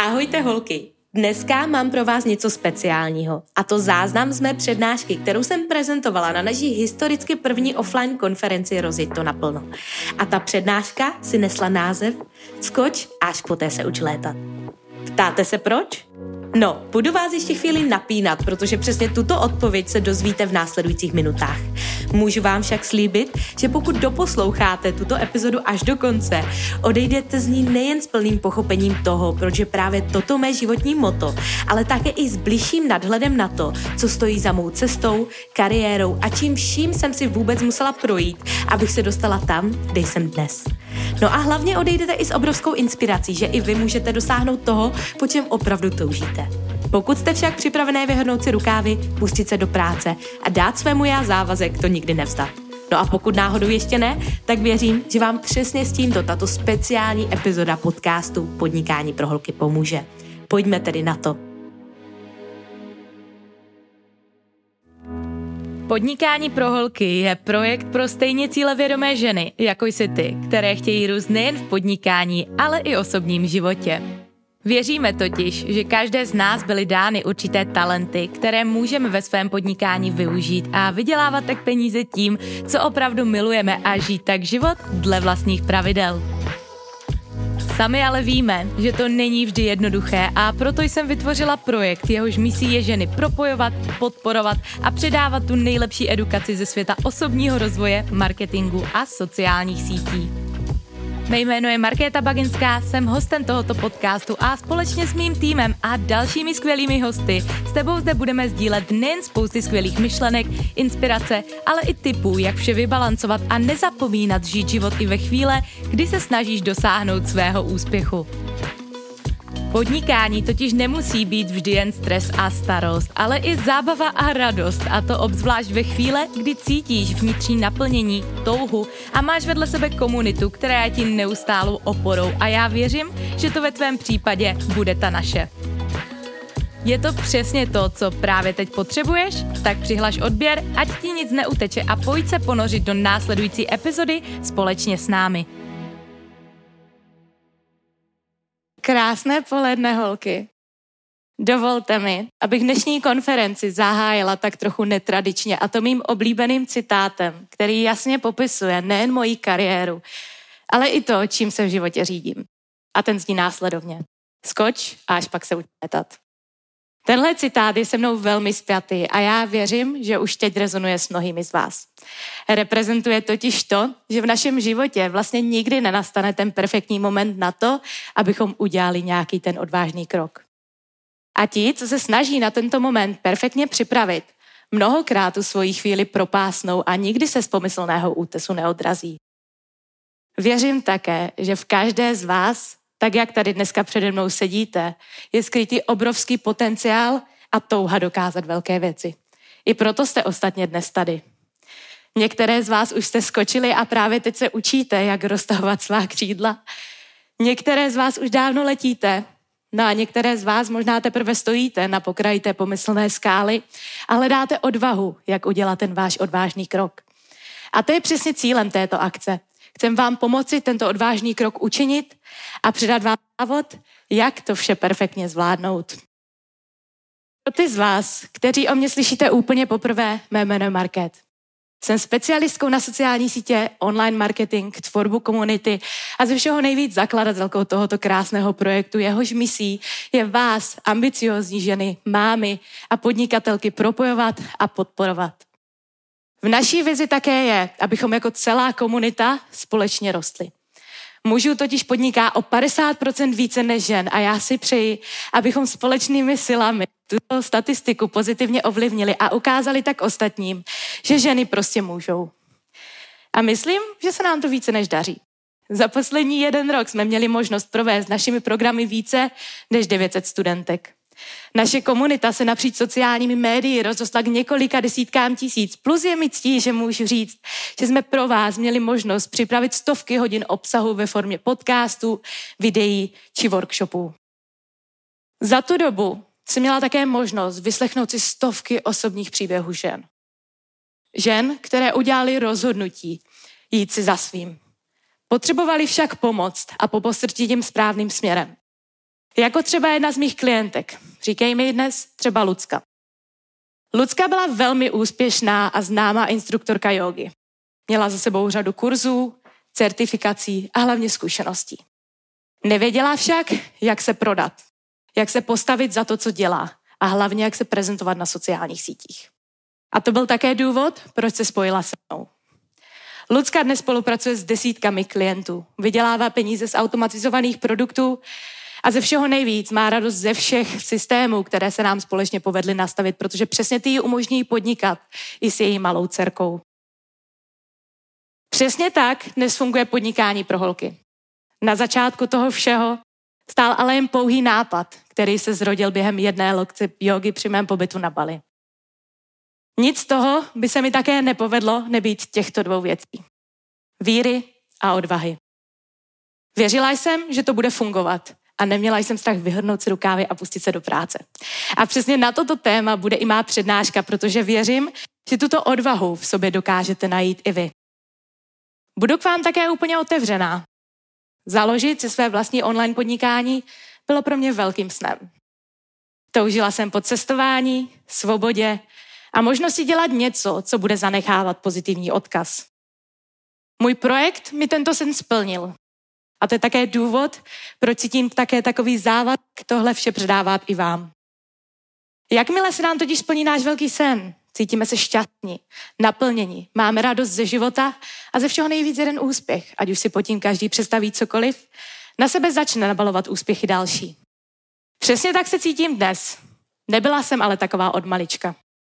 Ahojte holky, dneska mám pro vás něco speciálního a to záznam z mé přednášky, kterou jsem prezentovala na naší historicky první offline konferenci Rozjet to naplno. A ta přednáška si nesla název Skoč, až poté se uč létat. Ptáte se proč? No, budu vás ještě chvíli napínat, protože přesně tuto odpověď se dozvíte v následujících minutách. Můžu vám však slíbit, že pokud doposloucháte tuto epizodu až do konce, odejdete z ní nejen s plným pochopením toho, proč je právě toto mé životní motto, ale také i s bližším nadhledem na to, co stojí za mou cestou, kariérou a čím vším jsem si vůbec musela projít, abych se dostala tam, kde jsem dnes. No a hlavně odejdete i s obrovskou inspirací, že i vy můžete dosáhnout toho, po čem opravdu toužíte. Pokud jste však připravené vyhrnout si rukávy, pustit se do práce a dát svému já závazek to nikdy nevzdat. No a pokud náhodou ještě ne, tak věřím, že vám přesně s tímto tato speciální epizoda podcastu Podnikání pro holky pomůže. Pojďme tedy na to. Podnikání pro holky je projekt pro stejně cílevědomé ženy, jako jsi ty, které chtějí růst nejen v podnikání, ale i osobním životě. Věříme totiž, že každé z nás byly dány určité talenty, které můžeme ve svém podnikání využít a vydělávat tak peníze tím, co opravdu milujeme a žít tak život dle vlastních pravidel. Sami ale víme, že to není vždy jednoduché a proto jsem vytvořila projekt, jehož misí je ženy propojovat, podporovat a předávat tu nejlepší edukaci ze světa osobního rozvoje, marketingu a sociálních sítí. Mé jméno je Markéta Baginská, jsem hostem tohoto podcastu a společně s mým týmem a dalšími skvělými hosty s tebou zde budeme sdílet nejen spousty skvělých myšlenek, inspirace, ale i tipů, jak vše vybalancovat a nezapomínat žít život i ve chvíle, kdy se snažíš dosáhnout svého úspěchu. Podnikání totiž nemusí být vždy jen stres a starost, ale i zábava a radost, a to obzvlášť ve chvíle, kdy cítíš vnitřní naplnění, touhu a máš vedle sebe komunitu, která je ti neustálou oporou a já věřím, že to ve tvém případě bude ta naše. Je to přesně to, co právě teď potřebuješ? Tak přihlaš odběr, ať ti nic neuteče a pojď se ponořit do následující epizody společně s námi. Krásné poledne, holky. Dovolte mi, abych dnešní konferenci zahájila tak trochu netradičně a to mým oblíbeným citátem, který jasně popisuje nejen moji kariéru, ale i to, čím se v životě řídím. A ten zní následovně. Skoč a až pak se uč létat. Tenhle citát je se mnou velmi spjatý a já věřím, že už teď rezonuje s mnohými z vás. Reprezentuje totiž to, že v našem životě vlastně nikdy nenastane ten perfektní moment na to, abychom udělali nějaký ten odvážný krok. A ti, co se snaží na tento moment perfektně připravit, mnohokrát tu svoji chvíli propásnou a nikdy se z pomyslného útesu neodrazí. Věřím také, že v každé z vás, tak jak tady dneska přede mnou sedíte, je skrytý obrovský potenciál a touha dokázat velké věci. I proto jste ostatně dnes tady. Některé z vás už jste skočili a právě teď se učíte, jak roztahovat svá křídla. Některé z vás už dávno letíte, no a některé z vás možná teprve stojíte na pokraji té pomyslné skály a hledáte odvahu, jak udělat ten váš odvážný krok. A to je přesně cílem této akce. Chcem vám pomoci tento odvážný krok učinit a předat vám návod, jak to vše perfektně zvládnout. Pro ty z vás, kteří o mě slyšíte úplně poprvé, mé jméno je Market. Jsem specialistkou na sociální sítě, online marketing, tvorbu komunity a ze všeho nejvíc zakladatelkou tohoto krásného projektu, jehož misí je vás, ambiciózní ženy, mámy a podnikatelky propojovat a podporovat. V naší vizi také je, abychom jako celá komunita společně rostli. Mužů totiž podniká o 50% více než žen a já si přeji, abychom společnými silami tuto statistiku pozitivně ovlivnili a ukázali tak ostatním, že ženy prostě můžou. A myslím, že se nám to více než daří. Za poslední 1 rok jsme měli možnost provést našimi programy více než 900 studentek. Naše komunita se napříč sociálními médii rozrostla k několika desítkám tisíc, plus je mi ctí, že můžu říct, že jsme pro vás měli možnost připravit stovky hodin obsahu ve formě podcastů, videí či workshopů. Za tu dobu jsem měla také možnost vyslechnout si stovky osobních příběhů žen. Žen, které udělali rozhodnutí jít si za svým. Potřebovali však pomoct a popostrčit jim správným směrem. Jako třeba jedna z mých klientek. Říkej mi dnes třeba Lucka. Lucka byla velmi úspěšná a známá instruktorka jógy. Měla za sebou řadu kurzů, certifikací a hlavně zkušeností. Nevěděla však, jak se prodat, jak se postavit za to, co dělá a hlavně, jak se prezentovat na sociálních sítích. A to byl také důvod, proč se spojila se mnou. Lucka dnes spolupracuje s desítkami klientů, vydělává peníze z automatizovaných produktů a ze všeho nejvíc má radost ze všech systémů, které se nám společně povedly nastavit, protože přesně ty ji umožní podnikat i s její malou dcerkou. Přesně tak dnes funguje podnikání pro holky. Na začátku toho všeho stál ale jen pouhý nápad, který se zrodil během jedné lekce jógy při mém pobytu na Bali. Nic z toho by se mi také nepovedlo nebýt těchto dvou věcí. Víry a odvahy. Věřila jsem, že to bude fungovat a neměla jsem strach vyhrnout si rukávy a pustit se do práce. A přesně na toto téma bude i má přednáška, protože věřím, že tuto odvahu v sobě dokážete najít i vy. Budu k vám také úplně otevřená. Založit si své vlastní online podnikání bylo pro mě velkým snem. Toužila jsem po cestování, svobodě a možnosti dělat něco, co bude zanechávat pozitivní odkaz. Můj projekt mi tento sen splnil. A to je také důvod, proč cítím také takový závazek tohle vše předávat i vám. Jakmile se nám totiž splní náš velký sen, cítíme se šťastní, naplnění, máme radost ze života a ze všeho nejvíc jeden úspěch, ať už si pod tím každý představí cokoliv, na sebe začne nabalovat úspěchy další. Přesně tak se cítím dnes. Nebyla jsem ale taková od malička.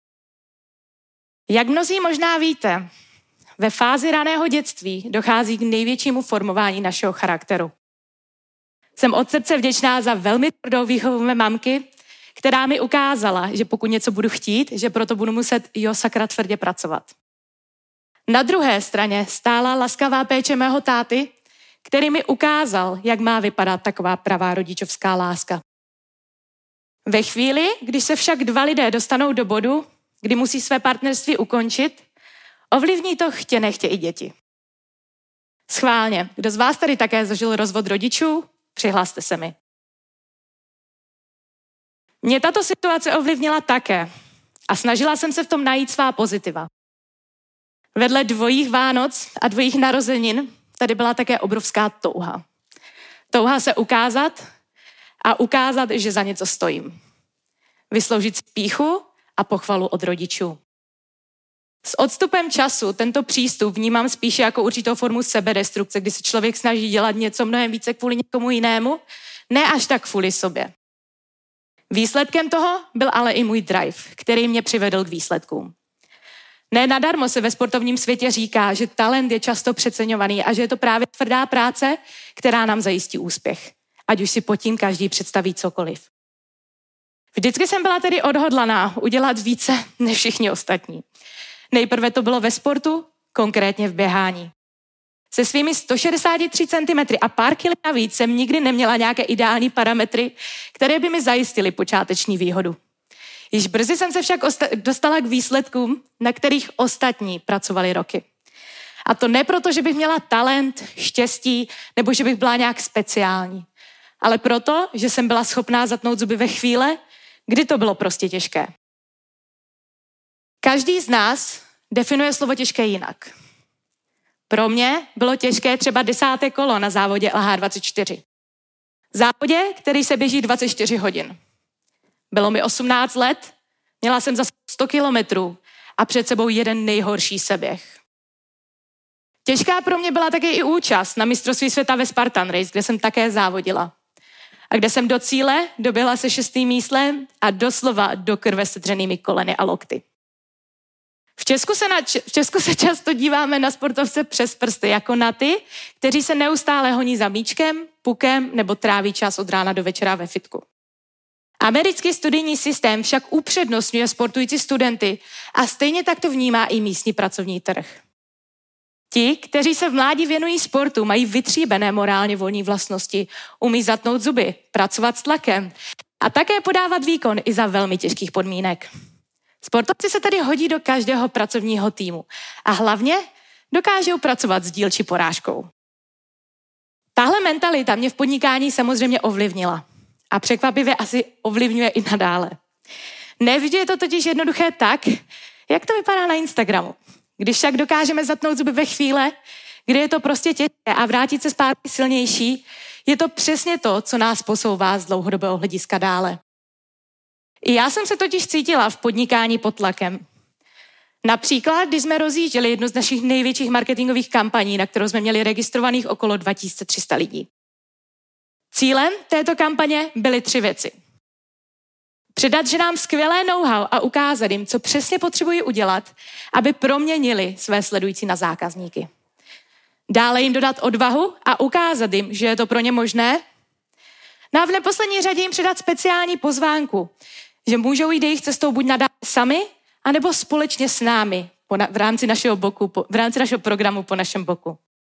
Jak mnozí možná víte, ve fázi raného dětství dochází k největšímu formování našeho charakteru. Jsem od srdce vděčná za velmi tvrdou výchovu mé mamky, která mi ukázala, že pokud něco budu chtít, že proto budu muset sakra tvrdě pracovat. Na druhé straně stála laskavá péče mého táty, který mi ukázal, jak má vypadat taková pravá rodičovská láska. Ve chvíli, když se však dva lidé dostanou do bodu, kdy musí své partnerství ukončit, ovlivní to chtě nechtě i děti. Schválně, kdo z vás tady také zažil rozvod rodičů, přihlaste se mi. Mě tato situace ovlivnila také a snažila jsem se v tom najít svá pozitiva. Vedle dvojích Vánoc a dvojích narozenin tady byla také obrovská touha. Touha se ukázat a ukázat, že za něco stojím. Vysloužit spíchu a pochvalu od rodičů. S odstupem času tento přístup vnímám spíše jako určitou formu sebedestrukce, kdy se člověk snaží dělat něco mnohem více kvůli někomu jinému, ne až tak kvůli sobě. Výsledkem toho byl ale i můj drive, který mě přivedl k výsledkům. Ne nadarmo se ve sportovním světě říká, že talent je často přeceňovaný a že je to právě tvrdá práce, která nám zajistí úspěch. Ať už si pod tím každý představí cokoliv. Vždycky jsem byla tedy odhodlaná udělat více než všichni ostatní. Nejprve to bylo ve sportu, konkrétně v běhání. Se svými 163 cm a pár kily navíc jsem nikdy neměla nějaké ideální parametry, které by mi zajistily počáteční výhodu. Již brzy jsem se však dostala k výsledkům, na kterých ostatní pracovali roky. A to ne proto, že bych měla talent, štěstí, nebo že bych byla nějak speciální, ale proto, že jsem byla schopná zatnout zuby ve chvíli, kdy to bylo prostě těžké. Každý z nás definuje slovo těžké jinak. Pro mě bylo těžké třeba 10. kolo na závodě LH24. Závodě, který se běží 24 hodin. Bylo mi 18 let, měla jsem za 100 kilometrů a před sebou jeden nejhorší seběh. Těžká pro mě byla také i účast na mistrovství světa ve Spartan Race, kde jsem také závodila. A kde jsem do cíle doběhla se 6. místem a doslova do krve sedřenými koleny a lokty. V Česku se často díváme na sportovce přes prsty, jako na ty, kteří se neustále honí za míčkem, pukem nebo tráví čas od rána do večera ve fitku. Americký studijní systém však upřednostňuje sportující studenty a stejně tak to vnímá i místní pracovní trh. Ti, kteří se v mládí věnují sportu, mají vytříbené morálně volní vlastnosti, umí zatnout zuby, pracovat s tlakem a také podávat výkon i za velmi těžkých podmínek. Sportovci se tedy hodí do každého pracovního týmu a hlavně dokážou pracovat s dílčí porážkou. Tahle mentalita mě v podnikání samozřejmě ovlivnila. a překvapivě asi ovlivňuje i nadále. Nevždy je to totiž jednoduché tak, jak to vypadá na Instagramu. Když však dokážeme zatnout zuby ve chvíli, kdy je to prostě těžké a vrátit se zpátky silnější, je to přesně to, co nás posouvá z dlouhodobého hlediska dále. I já jsem se totiž cítila v podnikání pod tlakem. Například, když jsme rozjížděli jednu z našich největších marketingových kampaní, na kterou jsme měli registrovaných okolo 2300 lidí. Cílem této kampaně byly 3 věci. Předat ženám skvělé know-how a ukázat jim, co přesně potřebují udělat, aby proměnili své sledující na zákazníky. Dále jim dodat odvahu a ukázat jim, že je to pro ně možné. No a v neposlední řadě jim předat speciální pozvánku, že můžou jít jejich cestou buď nadále sami, anebo společně s námi v rámci našeho programu po našem boku.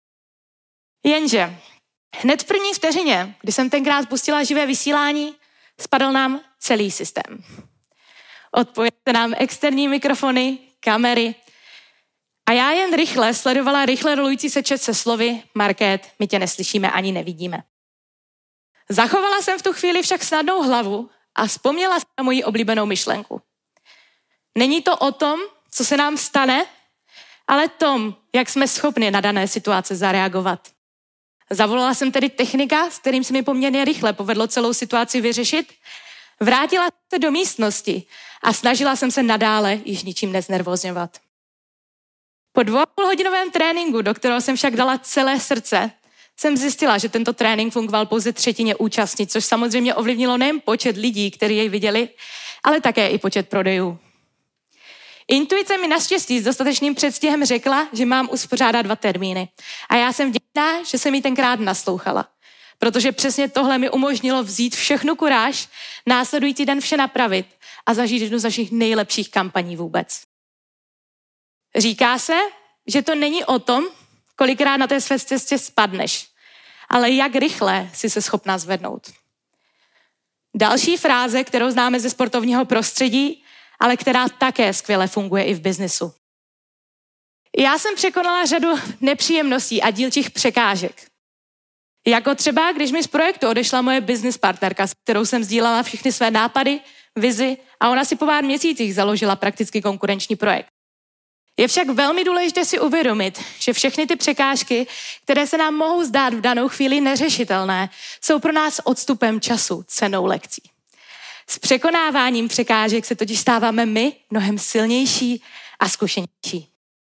Jenže hned v první vteřině, kdy jsem tenkrát pustila živé vysílání, spadl nám celý systém. Odpojili se nám externí mikrofony, kamery a já jen rychle sledovala rolující se chat se slovy Market, my tě neslyšíme ani nevidíme. Zachovala jsem v tu chvíli však snadnou hlavu a vzpomněla jsem na moji oblíbenou myšlenku. Není to o tom, co se nám stane, ale tom, jak jsme schopni na dané situace zareagovat. Zavolala jsem tedy technika, s kterým se mi poměrně rychle povedlo celou situaci vyřešit, vrátila se do místnosti a snažila jsem se nadále již ničím neznervózňovat. Po 2,5hodinovém tréninku, do kterého jsem však dala celé srdce, jsem zjistila, že tento trénink fungoval pouze 1/3 účastnic, což samozřejmě ovlivnilo nejen počet lidí, kteří jej viděli, ale také i počet prodejů. Intuice mi naštěstí s dostatečným předstihem řekla, že mám uspořádat 2 termíny. A já jsem vděčná, že jsem jí tenkrát naslouchala. Protože přesně tohle mi umožnilo vzít všechnu kuráž, následující den vše napravit a zažít jednu z našich nejlepších kampaní vůbec. Říká se, že to není o tom, kolikrát na té své cestě spadneš, ale jak rychle jsi se schopná zvednout. Další fráze, kterou známe ze sportovního prostředí, ale která také skvěle funguje i v biznesu. Já jsem překonala řadu nepříjemností a dílčích překážek. Jako třeba, když mi z projektu odešla moje business partnerka, s kterou jsem sdílala všechny své nápady, vizi a ona si po pár měsících založila prakticky konkurenční projekt. Je však velmi důležité si uvědomit, že všechny ty překážky, které se nám mohou zdát v danou chvíli neřešitelné, jsou pro nás odstupem času, cenou lekcí. S překonáváním překážek se totiž stáváme my mnohem silnější a zkušenější.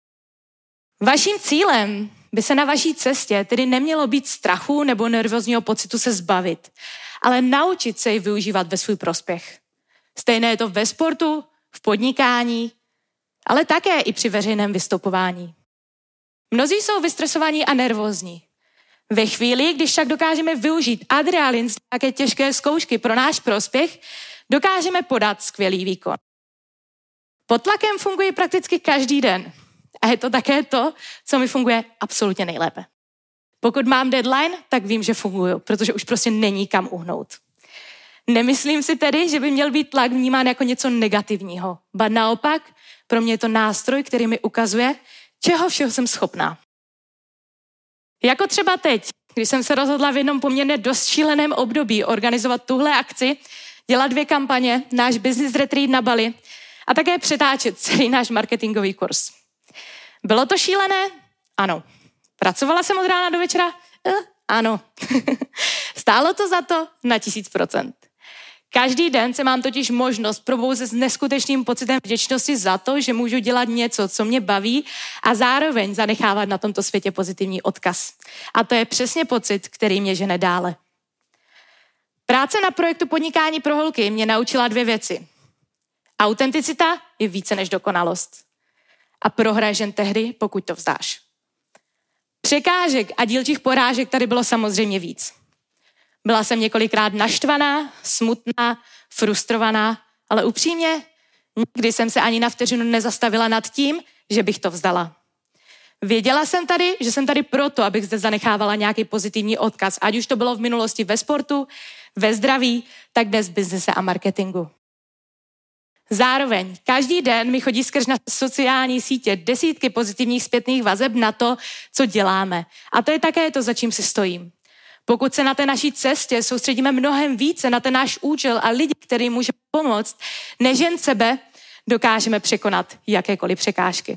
Vaším cílem by se na vaší cestě tedy nemělo být strachu nebo nervózního pocitu se zbavit, ale naučit se ji využívat ve svůj prospěch. Stejné je to ve sportu, v podnikání, ale také i při veřejném vystupování. Mnozí jsou vystresovaní a nervózní. Ve chvíli, když však dokážeme využít adrenalin z nějaké těžké zkoušky pro náš prospěch, dokážeme podat skvělý výkon. Pod tlakem funguji prakticky každý den. A je to také to, co mi funguje absolutně nejlépe. Pokud mám deadline, tak vím, že funguju, protože už prostě není kam uhnout. Nemyslím si tedy, že by měl být tlak vnímán jako něco negativního. Ba naopak, pro mě je to nástroj, který mi ukazuje, čeho všeho jsem schopná. Jako třeba teď, když jsem se rozhodla v jednom poměrně dost šíleném období organizovat tuhle akci, dělat 2 kampaně, náš business retreat na Bali a také přetáčet celý náš marketingový kurz. Bylo to šílené? Ano. Pracovala jsem od rána do večera? Ano. Stálo to za to na 1000%. Každý den se mám totiž možnost probouzet s neskutečným pocitem vděčnosti za to, že můžu dělat něco, co mě baví a zároveň zanechávat na tomto světě pozitivní odkaz. A to je přesně pocit, který mě žene dále. Práce na projektu Podnikání pro holky mě naučila 2 věci. Autenticita je více než dokonalost. A prohraješ jen tehdy, pokud to vzdáš. Překážek a dílčích porážek tady bylo samozřejmě víc. Byla jsem několikrát naštvaná, smutná, frustrovaná, ale upřímně nikdy jsem se ani na vteřinu nezastavila nad tím, že bych to vzdala. Věděla jsem tady, že jsem tady proto, abych zde zanechávala nějaký pozitivní odkaz, ať už to bylo v minulosti ve sportu, ve zdraví, tak dnes v biznise a marketingu. Zároveň každý den mi chodí skrz na sociální sítě desítky pozitivních zpětných vazeb na to, co děláme. A to je také to, za čím si stojím. Pokud se na té naší cestě soustředíme mnohem více na ten náš účel a lidi, kterým můžeme pomoct, než jen sebe, dokážeme překonat jakékoliv překážky.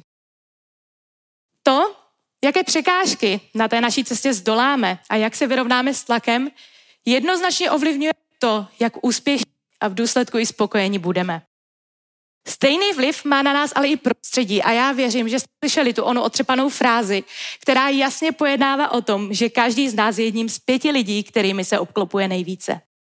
To, jaké překážky na té naší cestě zdoláme a jak se vyrovnáme s tlakem, jednoznačně ovlivňuje to, jak úspěšní a v důsledku i spokojení budeme. Stejný vliv má na nás ale i prostředí a já věřím, že jste slyšeli tu onu otřepanou frázi, která jasně pojednává o tom, že každý z nás je jedním z 5 lidí, kterými se obklopuje nejvíce.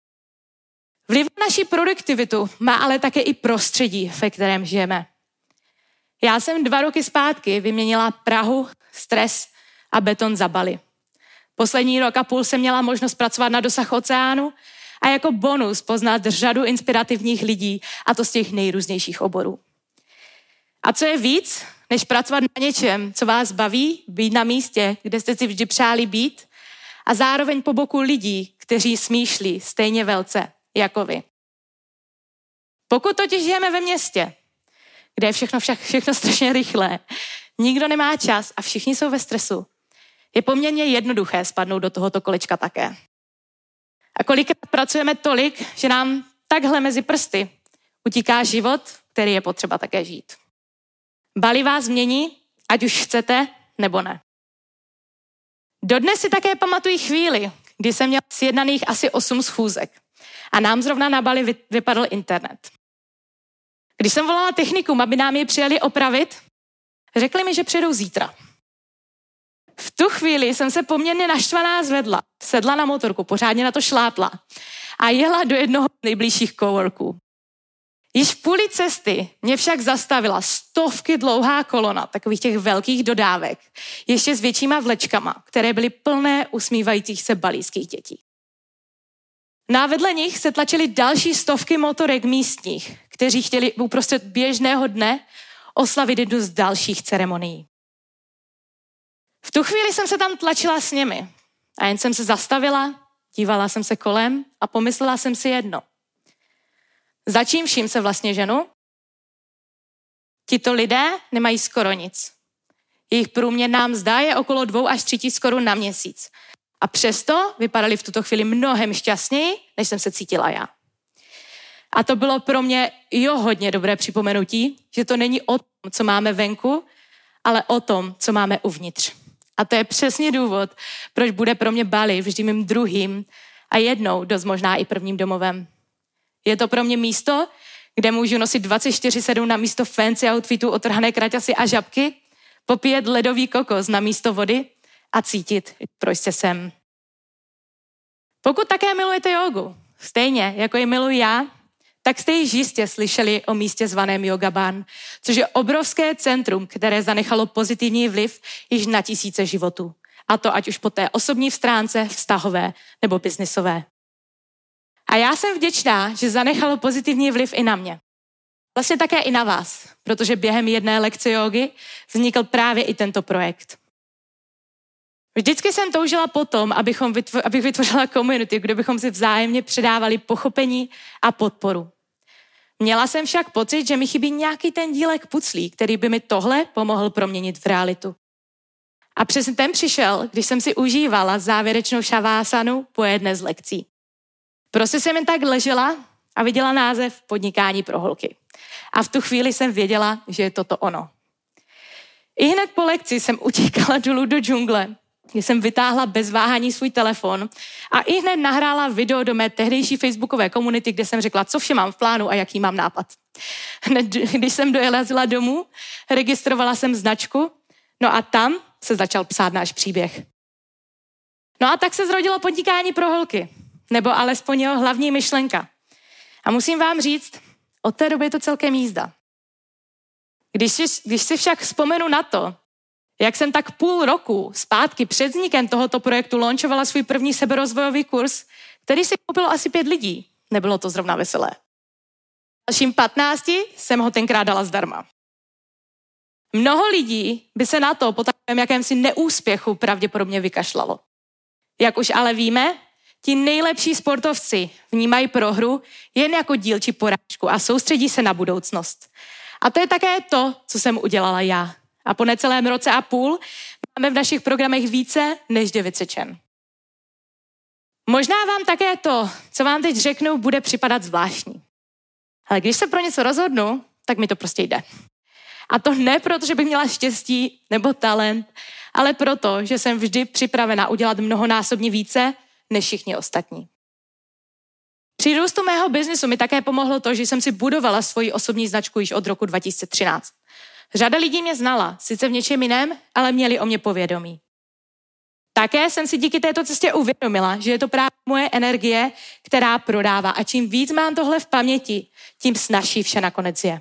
Vliv na naši produktivitu má ale také i prostředí, ve kterém žijeme. Já jsem 2 roky zpátky vyměnila prahu, stres a beton za Bali. Poslední rok a půl jsem měla možnost pracovat na dosah oceánu a jako bonus poznat řadu inspirativních lidí, a to z těch nejrůznějších oborů. A co je víc, než pracovat na něčem, co vás baví, být na místě, kde jste si vždy přáli být a zároveň po boku lidí, kteří smýšlí stejně velce jako vy. Pokud totiž žijeme ve městě, kde je všechno strašně rychlé, nikdo nemá čas a všichni jsou ve stresu, je poměrně jednoduché spadnout do tohoto kolečka také. A kolikrát pracujeme tolik, že nám takhle mezi prsty utíká život, který je potřeba také žít. Bali vás změní, ať už chcete, nebo ne. Dodnes si také pamatuji chvíli, kdy jsem měl sjednaných asi 8 schůzek a nám zrovna na Bali vypadl internet. Když jsem volala technikům, aby nám je přijeli opravit, řekli mi, že přijedou zítra. V tu chvíli jsem se poměrně naštvaná zvedla, sedla na motorku, pořádně na to šlápla a jela do jednoho z nejbližších coworků. Již v půli cesty mě však zastavila 100 dlouhá kolona takových těch velkých dodávek, ještě s většíma vlečkama, které byly plné usmívajících se balijských dětí. No a vedle nich se tlačily další 100 motorek místních, kteří chtěli uprostřed běžného dne oslavit jednu z dalších ceremonií. V tu chvíli jsem se tam tlačila s nimi a jen jsem se zastavila, dívala jsem se kolem a pomyslela jsem si jedno. Za čím vším se vlastně ženu? Tito lidé nemají skoro nic. Jejich průměrná mzda je okolo 2 až 3 000 korun na měsíc. A přesto vypadali v tuto chvíli mnohem šťastněji, než jsem se cítila já. A to bylo pro mě hodně dobré připomenutí, že to není o tom, co máme venku, ale o tom, co máme uvnitř. A to je přesně důvod, proč bude pro mě Bali vždy mým druhým a jednou dost možná i prvním domovem. Je to pro mě místo, kde můžu nosit 24/7 na místo fancy outfitů, otrhané kraťasy a žabky, popíjet ledový kokos na místo vody a cítit, proč jsem. Pokud také milujete jógu, stejně jako ji miluji já, tak jste již jistě slyšeli o místě zvaném Yoga Barn, což je obrovské centrum, které zanechalo pozitivní vliv již na tisíce životů. A to ať už po té osobní stránce, vztahové nebo biznisové. A já jsem vděčná, že zanechalo pozitivní vliv i na mě. Vlastně také i na vás, protože během jedné lekce jógy vznikl právě i tento projekt. Vždycky jsem toužila potom, abych vytvořila community, kde bychom si vzájemně předávali pochopení a podporu. Měla jsem však pocit, že mi chybí nějaký ten dílek puclí, který by mi tohle pomohl proměnit v realitu. A přesně ten přišel, když jsem si užívala závěrečnou šavásanu po jedné z lekcí. Prostě jsem jen tak ležela a viděla název Podnikání pro holky. A v tu chvíli jsem věděla, že je toto ono. I hned po lekci jsem utíkala dolů do džungle, kde jsem vytáhla bez váhání svůj telefon a i hned nahrála video do mé tehdejší facebookové komunity, kde jsem řekla, co vše mám v plánu a jaký mám nápad. Hned, když jsem dojela domů, registrovala jsem značku, no a tam se začal psát náš příběh. No a tak se zrodilo Podnikání pro holky, nebo alespoň jeho hlavní myšlenka. A musím vám říct, od té doby je to celkem jízda. Když si však vzpomenu na to, jak jsem tak půl roku zpátky před vznikem tohoto projektu launchovala svůj první seberozvojový kurz, který si koupilo asi 5 lidí. Nebylo to zrovna veselé. Dalším 15 jsem ho tenkrát dala zdarma. Mnoho lidí by se na to po takovém jakémsi neúspěchu pravděpodobně vykašlalo. Jak už ale víme, ti nejlepší sportovci vnímají prohru jen jako dílčí porážku a soustředí se na budoucnost. A to je také to, co jsem udělala já. A po necelém roce a půl máme v našich programech více než 900 žen. Možná vám také to, co vám teď řeknu, bude připadat zvláštní. Ale když se pro něco rozhodnu, tak mi to prostě jde. A to ne proto, že bych měla štěstí nebo talent, ale proto, že jsem vždy připravena udělat mnohonásobně více než všichni ostatní. Při růstu mého biznesu mi také pomohlo to, že jsem si budovala svoji osobní značku již od roku 2013. Řada lidí mě znala, sice v něčem jiném, ale měli o mě povědomí. Také jsem si díky této cestě uvědomila, že je to právě moje energie, která prodává a čím víc mám tohle v paměti, tím snazší vše nakonec je.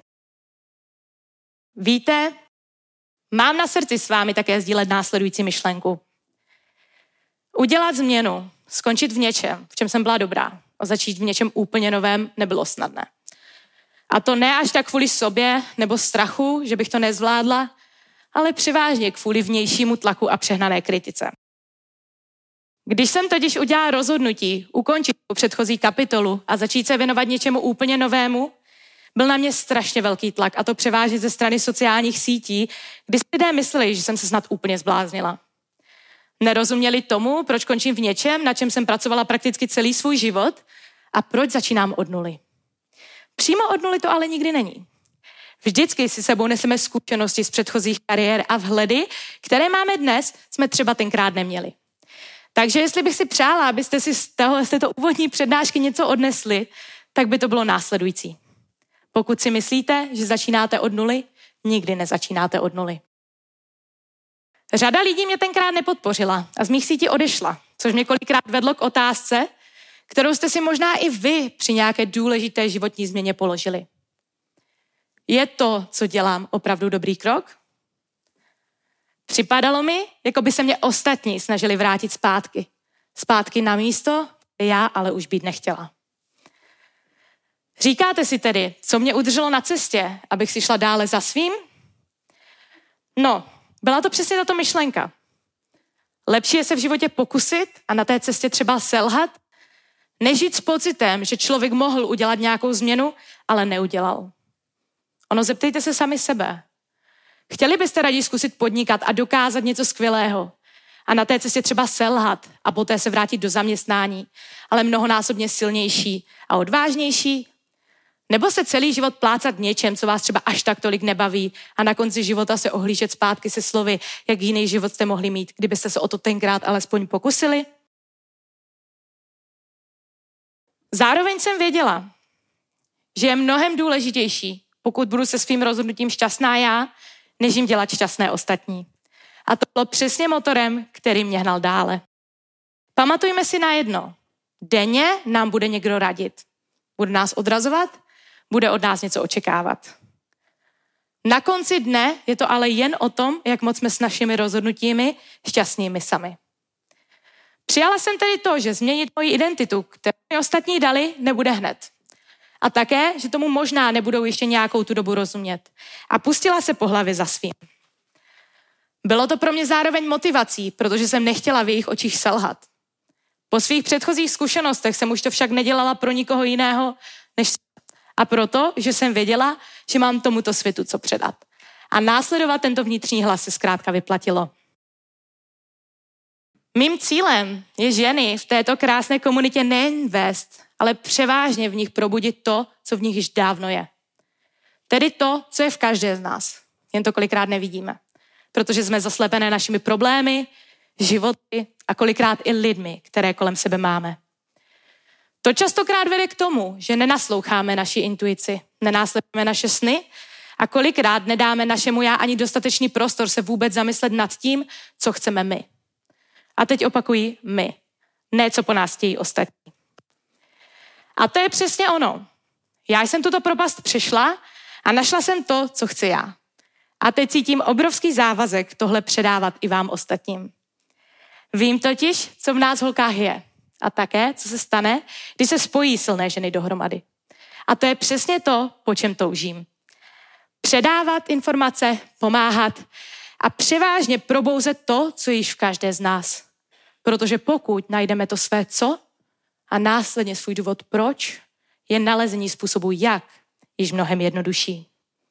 Víte, mám na srdci s vámi také sdílet následující myšlenku. Udělat změnu, skončit v něčem, v čem jsem byla dobrá, a začít v něčem úplně novém nebylo snadné. A to ne až tak kvůli sobě nebo strachu, že bych to nezvládla, ale převážně kvůli vnějšímu tlaku a přehnané kritice. Když jsem totiž udělala rozhodnutí ukončit předchozí kapitolu a začít se věnovat něčemu úplně novému, byl na mě strašně velký tlak, a to převážně ze strany sociálních sítí, kdy si lidé mysleli, že jsem se snad úplně zbláznila. Nerozuměli tomu, proč končím v něčem, na čem jsem pracovala prakticky celý svůj život a proč začínám od nuly. Přímo od nuly to ale nikdy není. Vždycky si sebou neseme zkušenosti z předchozích kariér a vhledy, které máme dnes, jsme třeba tenkrát neměli. Takže jestli bych si přála, abyste si z této úvodní přednášky něco odnesli, tak by to bylo následující. Pokud si myslíte, že začínáte od nuly, nikdy nezačínáte od nuly. Řada lidí mě tenkrát nepodpořila a z mých sítí odešla, což mě kolikrát vedlo k otázce, kterou jste si možná i vy při nějaké důležité životní změně položili. Je to, co dělám, opravdu dobrý krok? Připadalo mi, jako by se mě ostatní snažili vrátit zpátky. Zpátky na místo, kde já ale už být nechtěla. Říkáte si tedy, co mě udrželo na cestě, abych si šla dále za svým? No, byla to přesně tato myšlenka. Lepší je se v životě pokusit a na té cestě třeba selhat, než žít s pocitem, že člověk mohl udělat nějakou změnu, ale neudělal. Ono, zeptejte se sami sebe. Chtěli byste raději zkusit podnikat a dokázat něco skvělého a na té cestě třeba selhat a poté se vrátit do zaměstnání, ale mnohonásobně silnější a odvážnější? Nebo se celý život plácat něčem, co vás třeba až tak tolik nebaví a na konci života se ohlížet zpátky se slovy, jak jiný život jste mohli mít, kdybyste se o to tenkrát alespoň pokusili? Zároveň jsem věděla, že je mnohem důležitější, pokud budu se svým rozhodnutím šťastná já, než jim dělat šťastné ostatní. A to bylo přesně motorem, který mě hnal dále. Pamatujme si na jedno. Denně nám bude někdo radit. Bude nás odrazovat, bude od nás něco očekávat. Na konci dne je to ale jen o tom, jak moc jsme s našimi rozhodnutími šťastnými sami. Přijala jsem tedy to, že změnit moji identitu, kterou mi ostatní dali, nebude hned. A také, že tomu možná nebudou ještě nějakou tu dobu rozumět. A pustila se po hlavě za svým. Bylo to pro mě zároveň motivací, protože jsem nechtěla v jejich očích selhat. Po svých předchozích zkušenostech jsem už to však nedělala pro nikoho jiného, než a proto, že jsem věděla, že mám tomuto světu co předat. A následovat tento vnitřní hlas se zkrátka vyplatilo. Mým cílem je ženy v této krásné komunitě nejen vést, ale převážně v nich probudit to, co v nich již dávno je. Tedy to, co je v každé z nás. Jen to kolikrát nevidíme. Protože jsme zaslepené našimi problémy, životy a kolikrát i lidmi, které kolem sebe máme. To častokrát vede k tomu, že nenasloucháme naši intuici, nenásledujeme naše sny a kolikrát nedáme našemu já ani dostatečný prostor se vůbec zamyslet nad tím, co chceme my. A teď opakuji my, ne co po nás chtějí ostatní. A to je přesně ono. Já jsem tuto propast přešla a našla jsem to, co chci já. A teď cítím obrovský závazek tohle předávat i vám ostatním. Vím totiž, co v nás holkách je. A také, co se stane, když se spojí silné ženy dohromady. A to je přesně to, po čem toužím. Předávat informace, pomáhat a převážně probouzet to, co je již v každé z nás. Protože pokud najdeme to své co a následně svůj důvod proč, je nalezení způsobu jak již mnohem jednodušší.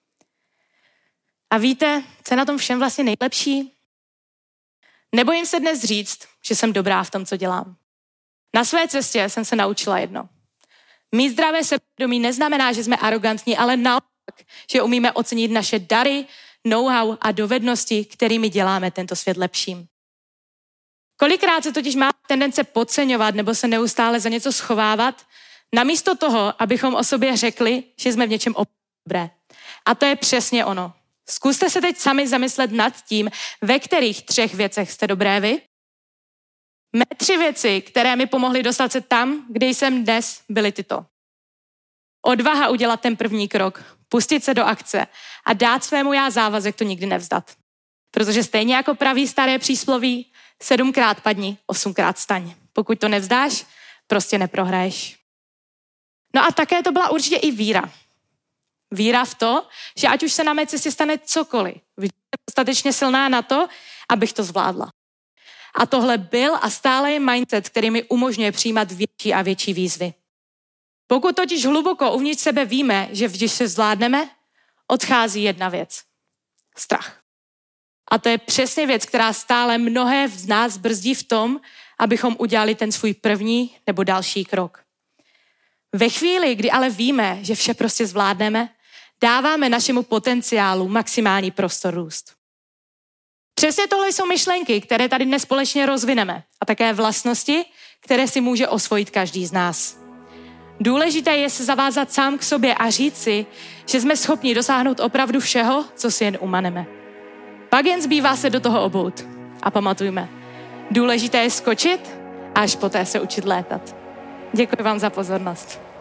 A víte, co je na tom všem vlastně nejlepší? Nebojím se dnes říct, že jsem dobrá v tom, co dělám. Na své cestě jsem se naučila jedno. Mít zdravé sebevědomí neznamená, že jsme arrogantní, ale naopak, že umíme ocenit naše dary, know-how a dovednosti, kterými děláme tento svět lepším. Kolikrát se totiž má tendence podceňovat nebo se neustále za něco schovávat, namísto toho, abychom o sobě řekli, že jsme v něčem dobré. A to je přesně ono. Zkuste se teď sami zamyslet nad tím, ve kterých 3 věcech jste dobré vy. Mé 3 věci, které mi pomohly dostat se tam, kde jsem dnes, byly tyto. Odvaha udělat ten první krok, pustit se do akce a dát svému já závazek to nikdy nevzdat. Protože stejně jako praví staré přísloví, 7krát padni, 8krát staň. Pokud to nevzdáš, prostě neprohraješ. No a také to byla určitě i víra. Víra v to, že ať už se na mé cestě stane cokoliv, jsem dostatečně silná na to, abych to zvládla. A tohle byl a stále je mindset, který mi umožňuje přijímat větší a větší výzvy. Pokud totiž hluboko uvnitř sebe víme, že když se zvládneme, odchází jedna věc. Strach. A to je přesně věc, která stále mnohé z nás brzdí v tom, abychom udělali ten svůj první nebo další krok. Ve chvíli, kdy ale víme, že vše prostě zvládneme, dáváme našemu potenciálu maximální prostor růst. Přesně tohle jsou myšlenky, které tady dnes společně rozvineme a také vlastnosti, které si může osvojit každý z nás. Důležité je se zavázat sám k sobě a říct si, že jsme schopni dosáhnout opravdu všeho, co si jen umaneme. Pak jen zbývá se do toho obout. A pamatujme, důležité je skočit a až poté se učit létat. Děkuji vám za pozornost.